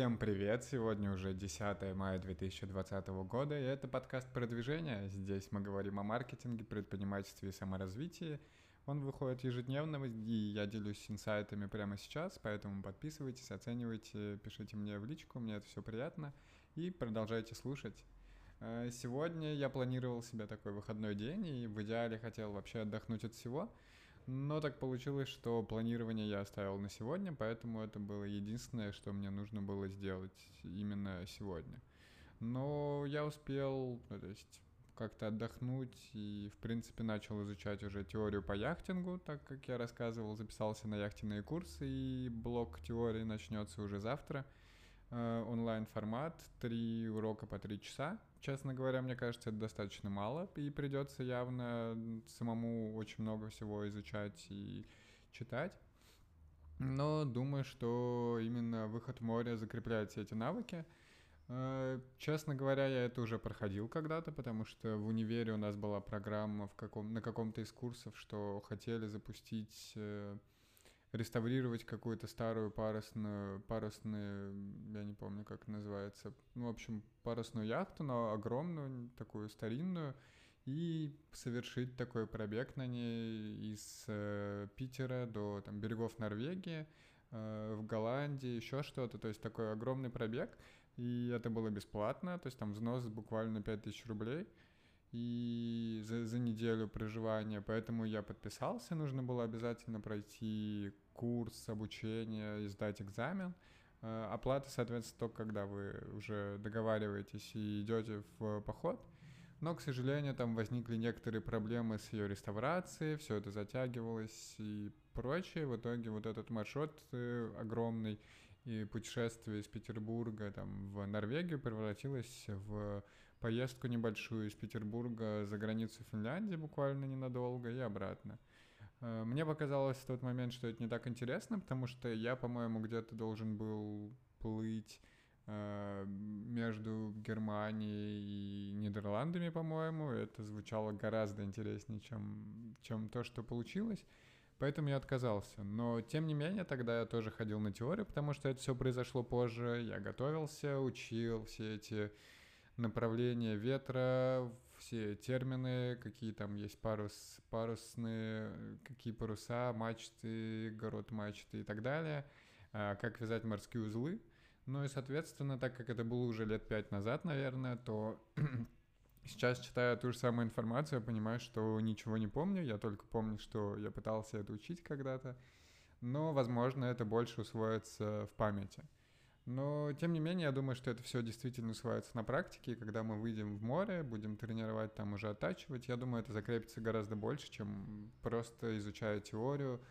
Всем привет! Сегодня уже 10 мая 2020 года, и это подкаст «Продвижение». Здесь мы говорим о маркетинге, предпринимательстве и саморазвитии. Он выходит ежедневно, и я делюсь инсайтами прямо сейчас, поэтому подписывайтесь, оценивайте, пишите мне в личку, мне это все приятно, и продолжайте слушать. Сегодня я планировал себе такой выходной день, и в идеале хотел вообще отдохнуть от всего, но так получилось, что планирование я оставил на сегодня, поэтому это было единственное, что мне нужно было сделать именно сегодня. Но я успел, то есть как-то отдохнуть и, в принципе, начал изучать уже теорию по яхтингу, так как я рассказывал, записался на яхтенные курсы, и блок теории начнется уже завтра. Онлайн-формат, 3 урока по 3 часа. Честно говоря, мне кажется, это достаточно мало, и придется явно самому очень много всего изучать и читать. Но думаю, что именно выход в море закрепляет все эти навыки. Честно говоря, я это уже проходил когда-то, потому что в универе у нас была программа на каком-то из курсов, что хотели запустить реставрировать какую-то старую парусную, я не помню, как называется, ну, в общем, парусную яхту, но огромную, такую старинную, и совершить такой пробег на ней из Питера до там, берегов Норвегии, в Голландии, еще что-то, то есть такой огромный пробег, и это было бесплатно, то есть там взнос буквально 5000 рублей, и за неделю проживания, поэтому я подписался, нужно было обязательно пройти курс обучения и сдать экзамен. Оплата, соответственно, только когда вы уже договариваетесь и идете в поход. Но, к сожалению, там возникли некоторые проблемы с ее реставрацией, все это затягивалось и прочее. В итоге вот этот маршрут огромный и путешествие из Петербурга там, в Норвегию превратилось в поездку небольшую из Петербурга за границу Финляндии буквально ненадолго и обратно. Мне показалось в тот момент, что это не так интересно, потому что я, по-моему, где-то должен был плыть между Германией и Нидерландами, по-моему. Это звучало гораздо интереснее, чем то, что получилось. Поэтому я отказался. Но, тем не менее, тогда я тоже ходил на теорию, потому что это все произошло позже. Я готовился, учил все эти направления ветра, все термины, какие там есть парусные, какие паруса, мачты, город мачты и так далее, как вязать морские узлы. Ну и, соответственно, так как это было уже лет 5 назад, наверное, то сейчас, читая ту же самую информацию, я понимаю, что ничего не помню, я только помню, что я пытался это учить когда-то, но, возможно, это больше усвоится в памяти. Но, тем не менее, я думаю, что это все действительно усваивается на практике, и когда мы выйдем в море, будем тренировать, там уже оттачивать, я думаю, это закрепится гораздо больше, чем просто изучая теорию,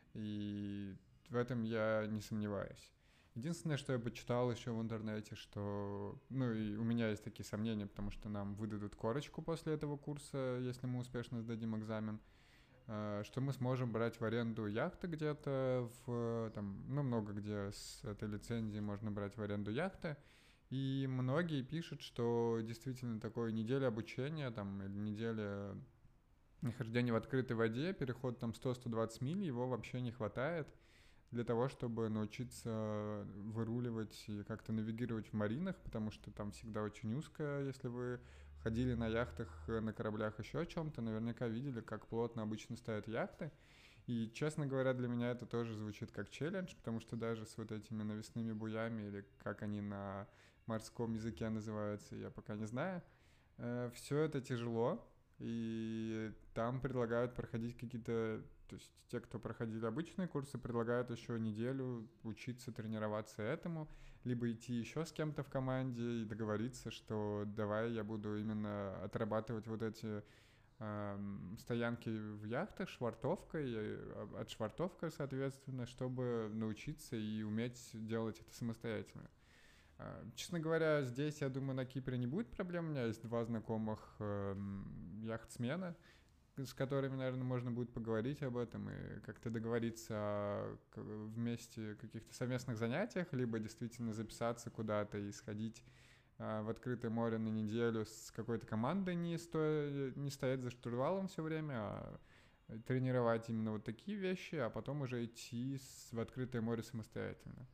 и в этом я не сомневаюсь. Единственное, что я почитал еще в интернете, что... Ну, и у меня есть такие сомнения, потому что нам выдадут корочку после этого курса, если мы успешно сдадим экзамен, что мы сможем брать в аренду яхты где-то там, ну, много где с этой лицензией можно брать в аренду яхты. И многие пишут, что действительно такой неделя обучения там, или неделя нахождения в открытой воде, переход там 100-120 миль, его вообще не хватает для того, чтобы научиться выруливать и как-то навигировать в маринах, потому что там всегда очень узко, если вы ходили на яхтах, на кораблях, еще о чем-то, наверняка видели, как плотно обычно стоят яхты. И, честно говоря, для меня это тоже звучит как челлендж, потому что даже с вот этими навесными буями, или как они на морском языке называются, я пока не знаю, все это тяжело, и там предлагают проходить какие-то... То есть те, кто проходили обычные курсы, предлагают еще неделю учиться, тренироваться этому, либо идти еще с кем-то в команде и договориться, что давай я буду именно отрабатывать вот эти стоянки в яхтах швартовкой, отшвартовкой, соответственно, чтобы научиться и уметь делать это самостоятельно. Честно говоря, здесь, я думаю, на Кипре не будет проблем. У меня есть 2 знакомых яхтсмена, с которыми, наверное, можно будет поговорить об этом и как-то договориться вместе о каких-то совместных занятиях, либо действительно записаться куда-то и сходить в открытое море на неделю с какой-то командой, не стоять за штурвалом все время, а тренировать именно вот такие вещи, а потом уже идти в открытое море самостоятельно.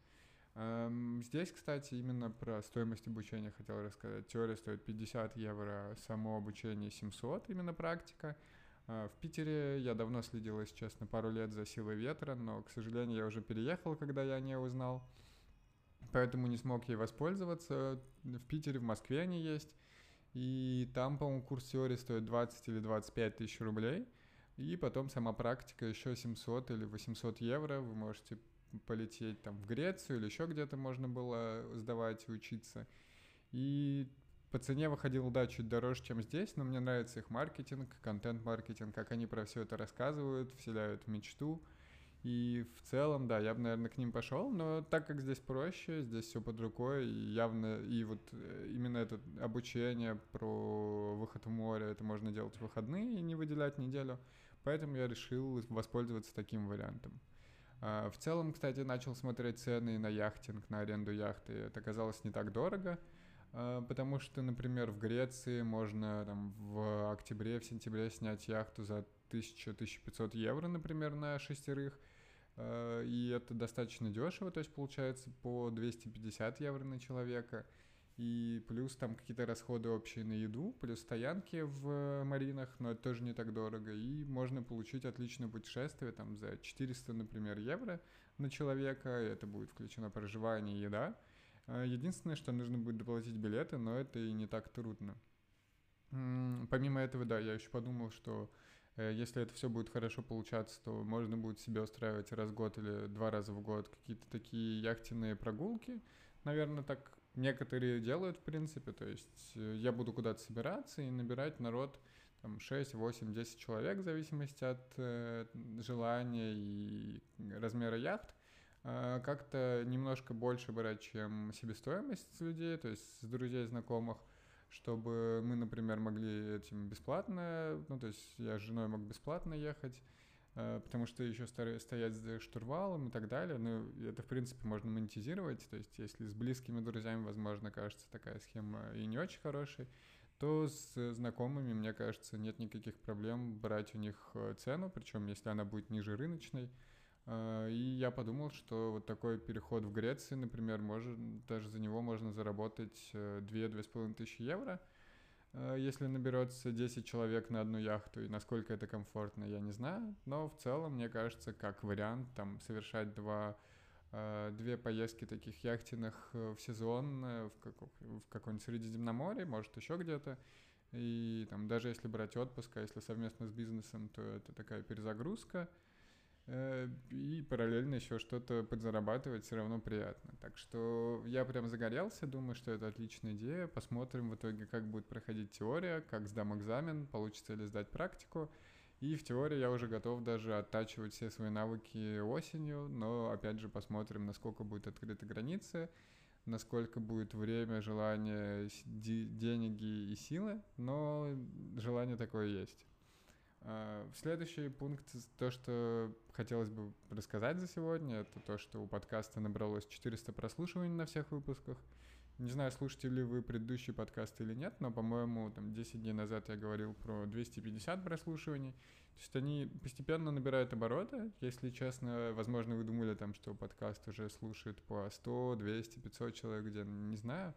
Здесь, кстати, именно про стоимость обучения хотел рассказать. Теория стоит 50 евро, само обучение 700, именно практика. В Питере я давно следил, если честно, пару лет за «Силой ветра», но, к сожалению, я уже переехал, когда я не узнал, поэтому не смог ей воспользоваться. В Питере, в Москве они есть, и там, по-моему, курс теории стоит 20 или 25 тысяч рублей, и потом сама практика еще 700 или 800 евро. Вы можете полететь там в Грецию или еще где-то можно было сдавать и учиться. И по цене выходил, да, чуть дороже, чем здесь, но мне нравится их маркетинг, контент-маркетинг, как они про все это рассказывают, вселяют в мечту. И в целом, да, я бы, наверное, к ним пошел, но так как здесь проще, здесь все под рукой, и явно, и вот именно это обучение про выход в море, это можно делать в выходные и не выделять неделю, поэтому я решил воспользоваться таким вариантом. В целом, кстати, начал смотреть цены на яхтинг, на аренду яхты. Это оказалось не так дорого, потому что, например, в Греции можно там, в октябре, в сентябре снять яхту за 1000-1500 евро, например, на шестерых. И это достаточно дешево, то есть получается по 250 евро на человека. И плюс там какие-то расходы общие на еду, плюс стоянки в маринах, но это тоже не так дорого. И можно получить отличное путешествие там за 400, например, евро на человека. Это будет включено проживание и еда. Единственное, что нужно будет доплатить билеты, но это и не так трудно. Помимо этого, да, я еще подумал, что если это все будет хорошо получаться, то можно будет себе устраивать раз в год или 2 раза в год какие-то такие яхтенные прогулки. Наверное, так некоторые делают, в принципе. То есть я буду куда-то собираться и набирать народ там 6, 8, 10 человек в зависимости от желания и размера яхт. Как-то немножко больше брать, чем себестоимость с людей, то есть с друзей, знакомых, чтобы мы, например, могли этим бесплатно, ну, то есть я с женой мог бесплатно ехать, потому что еще стоять за штурвалом и так далее. Ну, это, в принципе, можно монетизировать, то есть если с близкими друзьями, возможно, кажется такая схема и не очень хорошей, то с знакомыми, мне кажется, нет никаких проблем брать у них цену, причем если она будет ниже рыночной. И я подумал, что вот такой переход в Греции, например, даже за него можно заработать 2-2,5 тысячи евро, если наберется 10 человек на одну яхту, и насколько это комфортно, я не знаю. Но в целом, мне кажется, как вариант, там, совершать две поездки таких яхтенных в сезон в каком-нибудь Средиземноморье, может, еще где-то. И там даже если брать отпуск, а если совместно с бизнесом, то это такая перезагрузка. И параллельно еще что-то подзарабатывать все равно приятно. Так что я прям загорелся, думаю, что это отличная идея. Посмотрим в итоге, как будет проходить теория, как сдам экзамен, получится ли сдать практику. И в теории я уже готов даже оттачивать все свои навыки осенью, но опять же посмотрим, насколько будут открыты границы, насколько будет время, желание, деньги и силы, но желание такое есть. Следующий пункт, то, что хотелось бы рассказать за сегодня, это то, что у подкаста набралось 400 прослушиваний на всех выпусках. Не знаю, слушаете ли вы предыдущий подкаст или нет, но, по-моему, там 10 дней назад я говорил про 250 прослушиваний. То есть они постепенно набирают обороты. Если честно, возможно, вы думали, там, что подкаст уже слушает по 100, 200, 500 человек, где не знаю.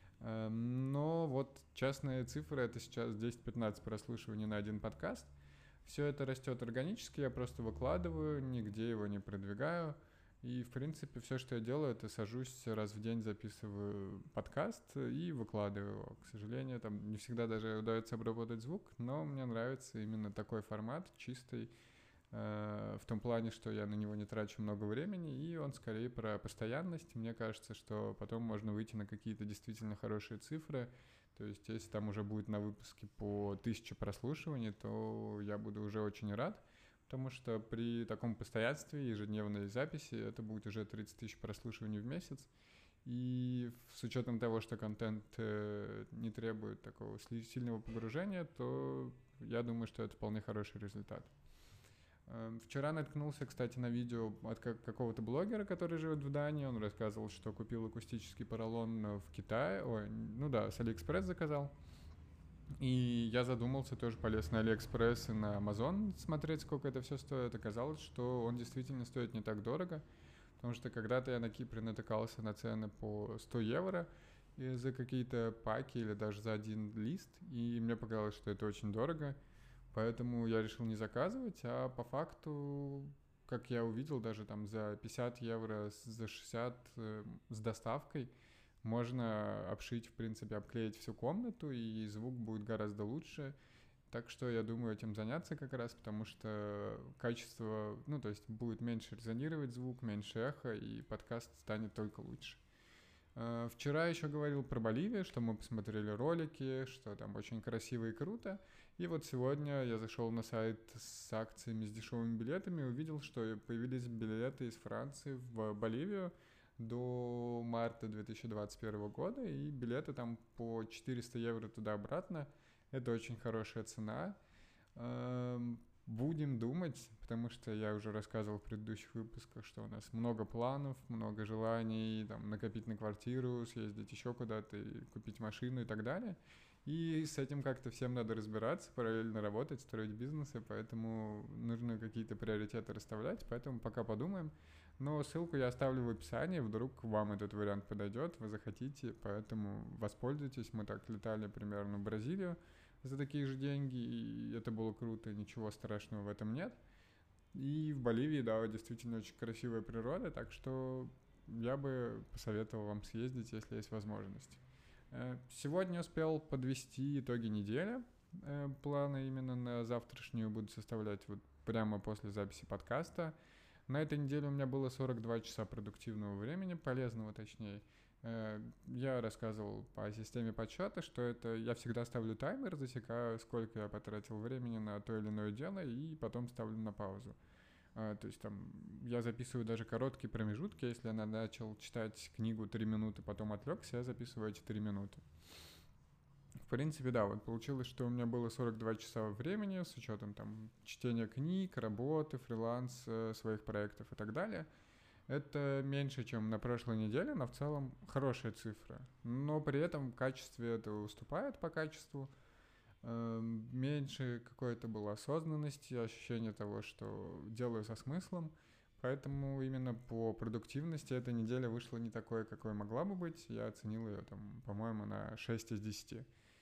Но вот частные цифры — это сейчас 10-15 прослушиваний на один подкаст. Все это растет органически, я просто выкладываю, нигде его не продвигаю. И, в принципе, все, что я делаю, это сажусь раз в день, записываю подкаст и выкладываю его. К сожалению, там не всегда даже удается обработать звук, но мне нравится именно такой формат, чистый, в том плане, что я на него не трачу много времени, и он скорее про постоянность. Мне кажется, что потом можно выйти на какие-то действительно хорошие цифры. То есть, если там уже будет на выпуске по 1000 прослушиваний, то я буду уже очень рад, потому что при таком постоянстве ежедневной записи это будет уже 30 тысяч прослушиваний в месяц. И с учетом того, что контент не требует такого сильного погружения, то я думаю, что это вполне хороший результат. Вчера наткнулся, кстати, на видео от какого-то блогера, который живет в Дании. Он рассказывал, что купил акустический поролон в Китае. С Алиэкспресс заказал. И я задумался, тоже полез на Алиэкспресс и на Амазон смотреть, сколько это все стоит. Оказалось, что он действительно стоит не так дорого. Потому что когда-то я на Кипре натыкался на цены по 100 евро за какие-то паки или даже за один лист, и мне показалось, что это очень дорого, поэтому я решил не заказывать, а по факту, как я увидел, даже там за 50 евро, за 60 с доставкой можно обшить, в принципе, обклеить всю комнату, и звук будет гораздо лучше. Так что я думаю этим заняться как раз, потому что качество, ну, то есть будет меньше резонировать звук, меньше эхо, и подкаст станет только лучше. Вчера еще говорил про Боливию, что мы посмотрели ролики, что там очень красиво и круто. И вот сегодня я зашел на сайт с акциями, с дешевыми билетами, и увидел, что появились билеты из Франции в Боливию до марта 2021 года, и билеты там по 400 евро туда-обратно. Это очень хорошая цена. Будем думать, потому что я уже рассказывал в предыдущих выпусках, что у нас много планов, много желаний, там, накопить на квартиру, съездить еще куда-то, и купить машину и так далее. И с этим как-то всем надо разбираться, параллельно работать, строить бизнесы, поэтому нужно какие-то приоритеты расставлять, поэтому пока подумаем. Но ссылку я оставлю в описании, вдруг вам этот вариант подойдет, вы захотите, поэтому воспользуйтесь. Мы так летали примерно в Бразилию за такие же деньги, и это было круто, ничего страшного в этом нет. И в Боливии, да, действительно очень красивая природа, так что я бы посоветовал вам съездить, если есть возможность. Сегодня успел подвести итоги недели. Планы именно на завтрашнюю буду составлять вот прямо после записи подкаста. На этой неделе у меня было 42 часа продуктивного времени, полезного точнее. Я рассказывал по системе подсчета, что это я всегда ставлю таймер, засекаю, сколько я потратил времени на то или иное дело, и потом ставлю на паузу. То есть там я записываю даже короткие промежутки, если я начал читать книгу 3 минуты, потом отвлекся, я записываю эти 3 минуты. В принципе, да, вот получилось, что у меня было 42 часа времени с учетом там чтения книг, работы, фриланс, своих проектов и так далее. Это меньше, чем на прошлой неделе, но в целом хорошая цифра. Но при этом в качестве это уступает по качеству. Меньше какой-то было осознанности, ощущение того, что делаю со смыслом. Поэтому именно по продуктивности эта неделя вышла не такой, какой могла бы быть. Я оценил ее, там, по-моему, на 6 из 10.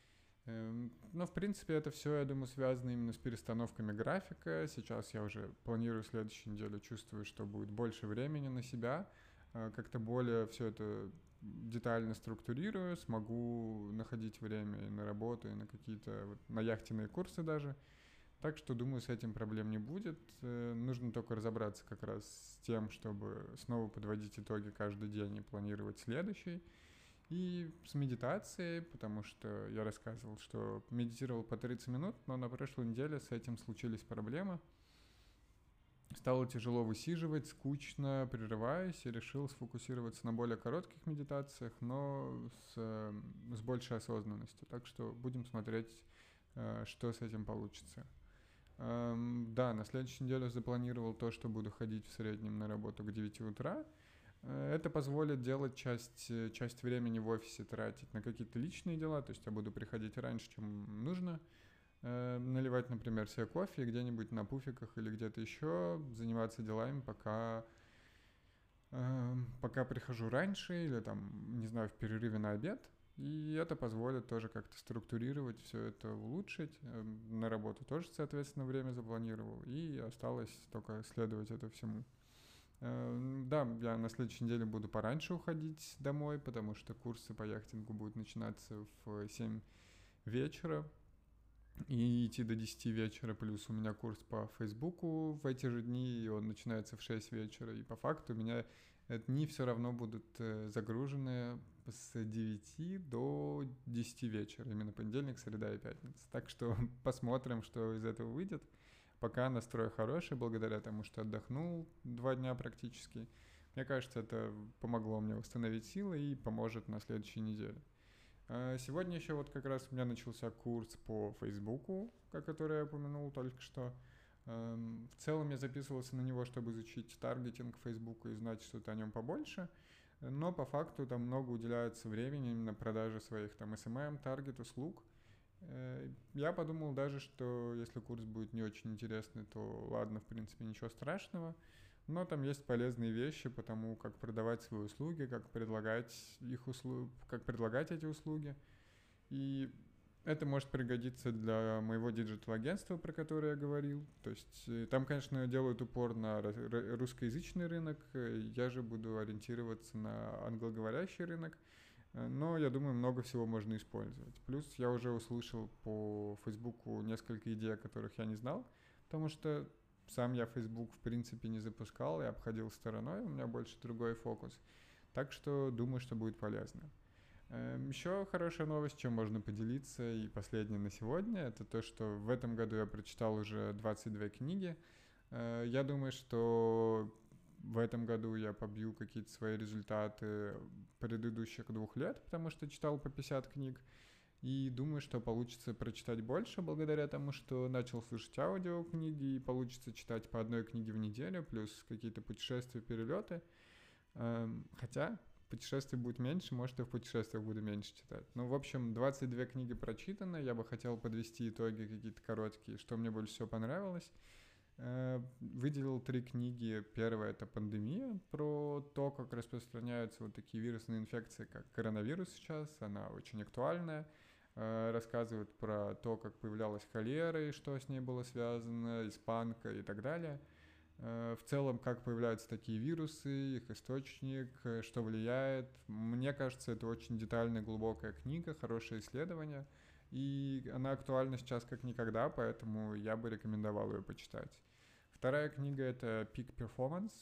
Но, в принципе, это все, я думаю, связано именно с перестановками графика. Сейчас я уже планирую следующую неделю, чувствую, что будет больше времени на себя. Как-то более все это детально структурирую, смогу находить время и на работу, и на какие-то вот, на яхтенные курсы даже. Так что, думаю, с этим проблем не будет. Нужно только разобраться как раз с тем, чтобы снова подводить итоги каждый день и планировать следующий. И с медитацией, потому что я рассказывал, что медитировал по 30 минут, но на прошлой неделе с этим случились проблемы. Стало тяжело высиживать, скучно, прерываясь, и решил сфокусироваться на более коротких медитациях, но с большей осознанностью. Так что будем смотреть, что с этим получится. Да, на следующей неделе запланировал то, что буду ходить в среднем на работу к 9 утра. Это позволит делать часть времени в офисе тратить на какие-то личные дела, то есть я буду приходить раньше, чем нужно, наливать, например, себе кофе где-нибудь на пуфиках или где-то еще, заниматься делами, пока прихожу раньше или там, не знаю, в перерыве на обед. И это позволит тоже как-то структурировать, все это улучшить. На работу тоже, соответственно, время запланировал, и осталось только следовать этому всему. Да, я на следующей неделе буду пораньше уходить домой, потому что курсы по яхтингу будут начинаться в 7 вечера и идти до 10 вечера, плюс у меня курс по Фейсбуку в эти же дни, и он начинается в 6 вечера, и по факту у меня дни все равно будут загружены с 9 до 10 вечера, именно понедельник, среда и пятница. Так что посмотрим, что из этого выйдет. Пока настрой хороший, благодаря тому, что отдохнул 2 дня практически. Мне кажется, это помогло мне восстановить силы и поможет на следующей неделе. Сегодня еще вот как раз у меня начался курс по Фейсбуку, который я упомянул только что. В целом я записывался на него, чтобы изучить таргетинг Фейсбука и знать что-то о нем побольше. Но по факту там много уделяется времени именно продаже своих там SMM, таргет, услуг. Я подумал даже, что если курс будет не очень интересный, то ладно, в принципе, ничего страшного. но там есть полезные вещи по тому, как продавать свои услуги, как предлагать эти услуги. И это может пригодиться для моего диджитал-агентства, про которое я говорил. То есть там, конечно, делают упор на русскоязычный рынок. Я же буду ориентироваться на англоговорящий рынок. Но я думаю, много всего можно использовать. Плюс я уже услышал по Фейсбуку несколько идей, о которых я не знал, потому что сам я Facebook в принципе не запускал, я обходил стороной, у меня больше другой фокус. Так что думаю, что будет полезно. Еще хорошая новость, чем можно поделиться, и последняя на сегодня, это то, что в этом году я прочитал уже 22 книги. Я думаю, что в этом году я побью какие-то свои результаты предыдущих 2 лет, потому что читал по 50 книг. И думаю, что получится прочитать больше благодаря тому, что начал слушать аудиокниги, и получится читать по 1 книге в неделю, плюс какие-то путешествия, перелеты. Хотя путешествий будет меньше, может, и в путешествиях буду меньше читать. Ну, в общем, 22 книги прочитаны, я бы хотел подвести итоги какие-то короткие, что мне больше всего понравилось. Выделил 3 книги. Первая — это «Пандемия», про то, как распространяются вот такие вирусные инфекции, как коронавирус сейчас, она очень актуальная. Рассказывает про то, как появлялась холера и что с ней было связано, испанка и так далее. В целом, как появляются такие вирусы, их источник, что влияет. Мне кажется, это очень детальная, глубокая книга, хорошее исследование. И она актуальна сейчас как никогда, поэтому я бы рекомендовал ее почитать. Вторая книга — это «Peak Performance».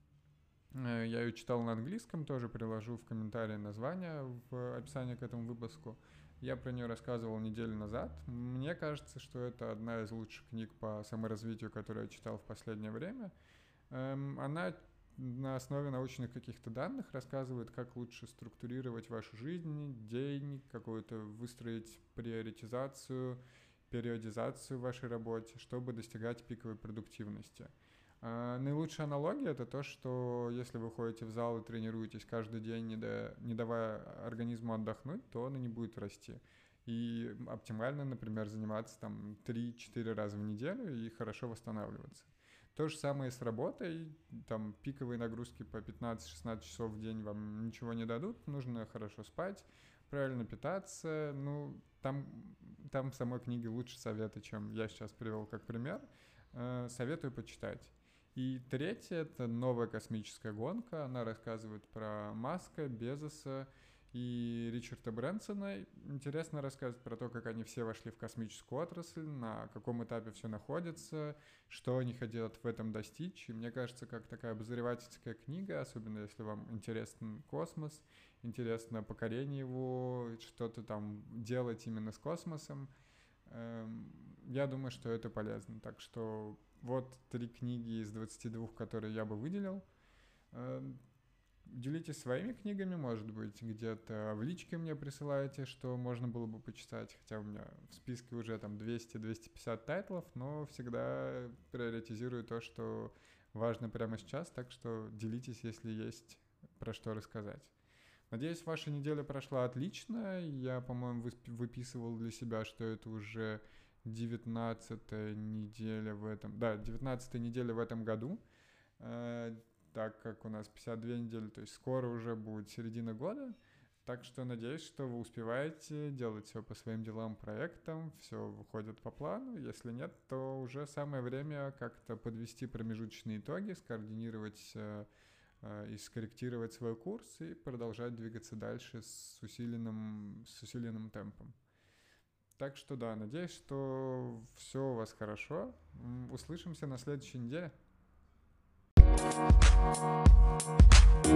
Я ее читал на английском, тоже приложу в комментарии название в описании к этому выпуску. Я про нее рассказывал неделю назад. Мне кажется, что это одна из лучших книг по саморазвитию, которую я читал в последнее время. Она на основе научных каких-то данных рассказывает, как лучше структурировать вашу жизнь, день, какую-то выстроить приоритизацию, периодизацию в вашей работе, чтобы достигать пиковой продуктивности. Наилучшая аналогия — это то, что если вы ходите в зал и тренируетесь каждый день, не давая организму отдохнуть, то он и не будет расти. И оптимально, например, заниматься там 3-4 раза в неделю и хорошо восстанавливаться. То же самое и с работой. Там пиковые нагрузки по 15-16 часов в день вам ничего не дадут. Нужно хорошо спать, правильно питаться. Ну, там в самой книге лучше советы, чем я сейчас привел как пример. Советую почитать. И третье — это «Новая космическая гонка». Она рассказывает про Маска, Безоса и Ричарда Брэнсона. Интересно рассказывать про то, как они все вошли в космическую отрасль, на каком этапе все находится, что они хотят в этом достичь. И мне кажется, как такая обозревательская книга, особенно если вам интересен космос, интересно покорение его, что-то там делать именно с космосом, я думаю, что это полезно. Так что вот 3 книги из 22, которые я бы выделил. Делитесь своими книгами, может быть, где-то в личке мне присылаете, что можно было бы почитать, хотя у меня в списке уже там 200-250 тайтлов, но всегда приоритизирую то, что важно прямо сейчас, так что делитесь, если есть про что рассказать. Надеюсь, ваша неделя прошла отлично. Я, по-моему, выписывал для себя, что это уже 19-я неделя в этом... Да, 19-я неделя в этом году. Так как у нас 52 недели, то есть скоро уже будет середина года. Так что надеюсь, что вы успеваете делать все по своим делам, проектам, все выходит по плану. Если нет, то уже самое время как-то подвести промежуточные итоги, скоординировать и скорректировать свой курс и продолжать двигаться дальше с усиленным темпом. Так что да, надеюсь, что все у вас хорошо. Услышимся на следующей неделе.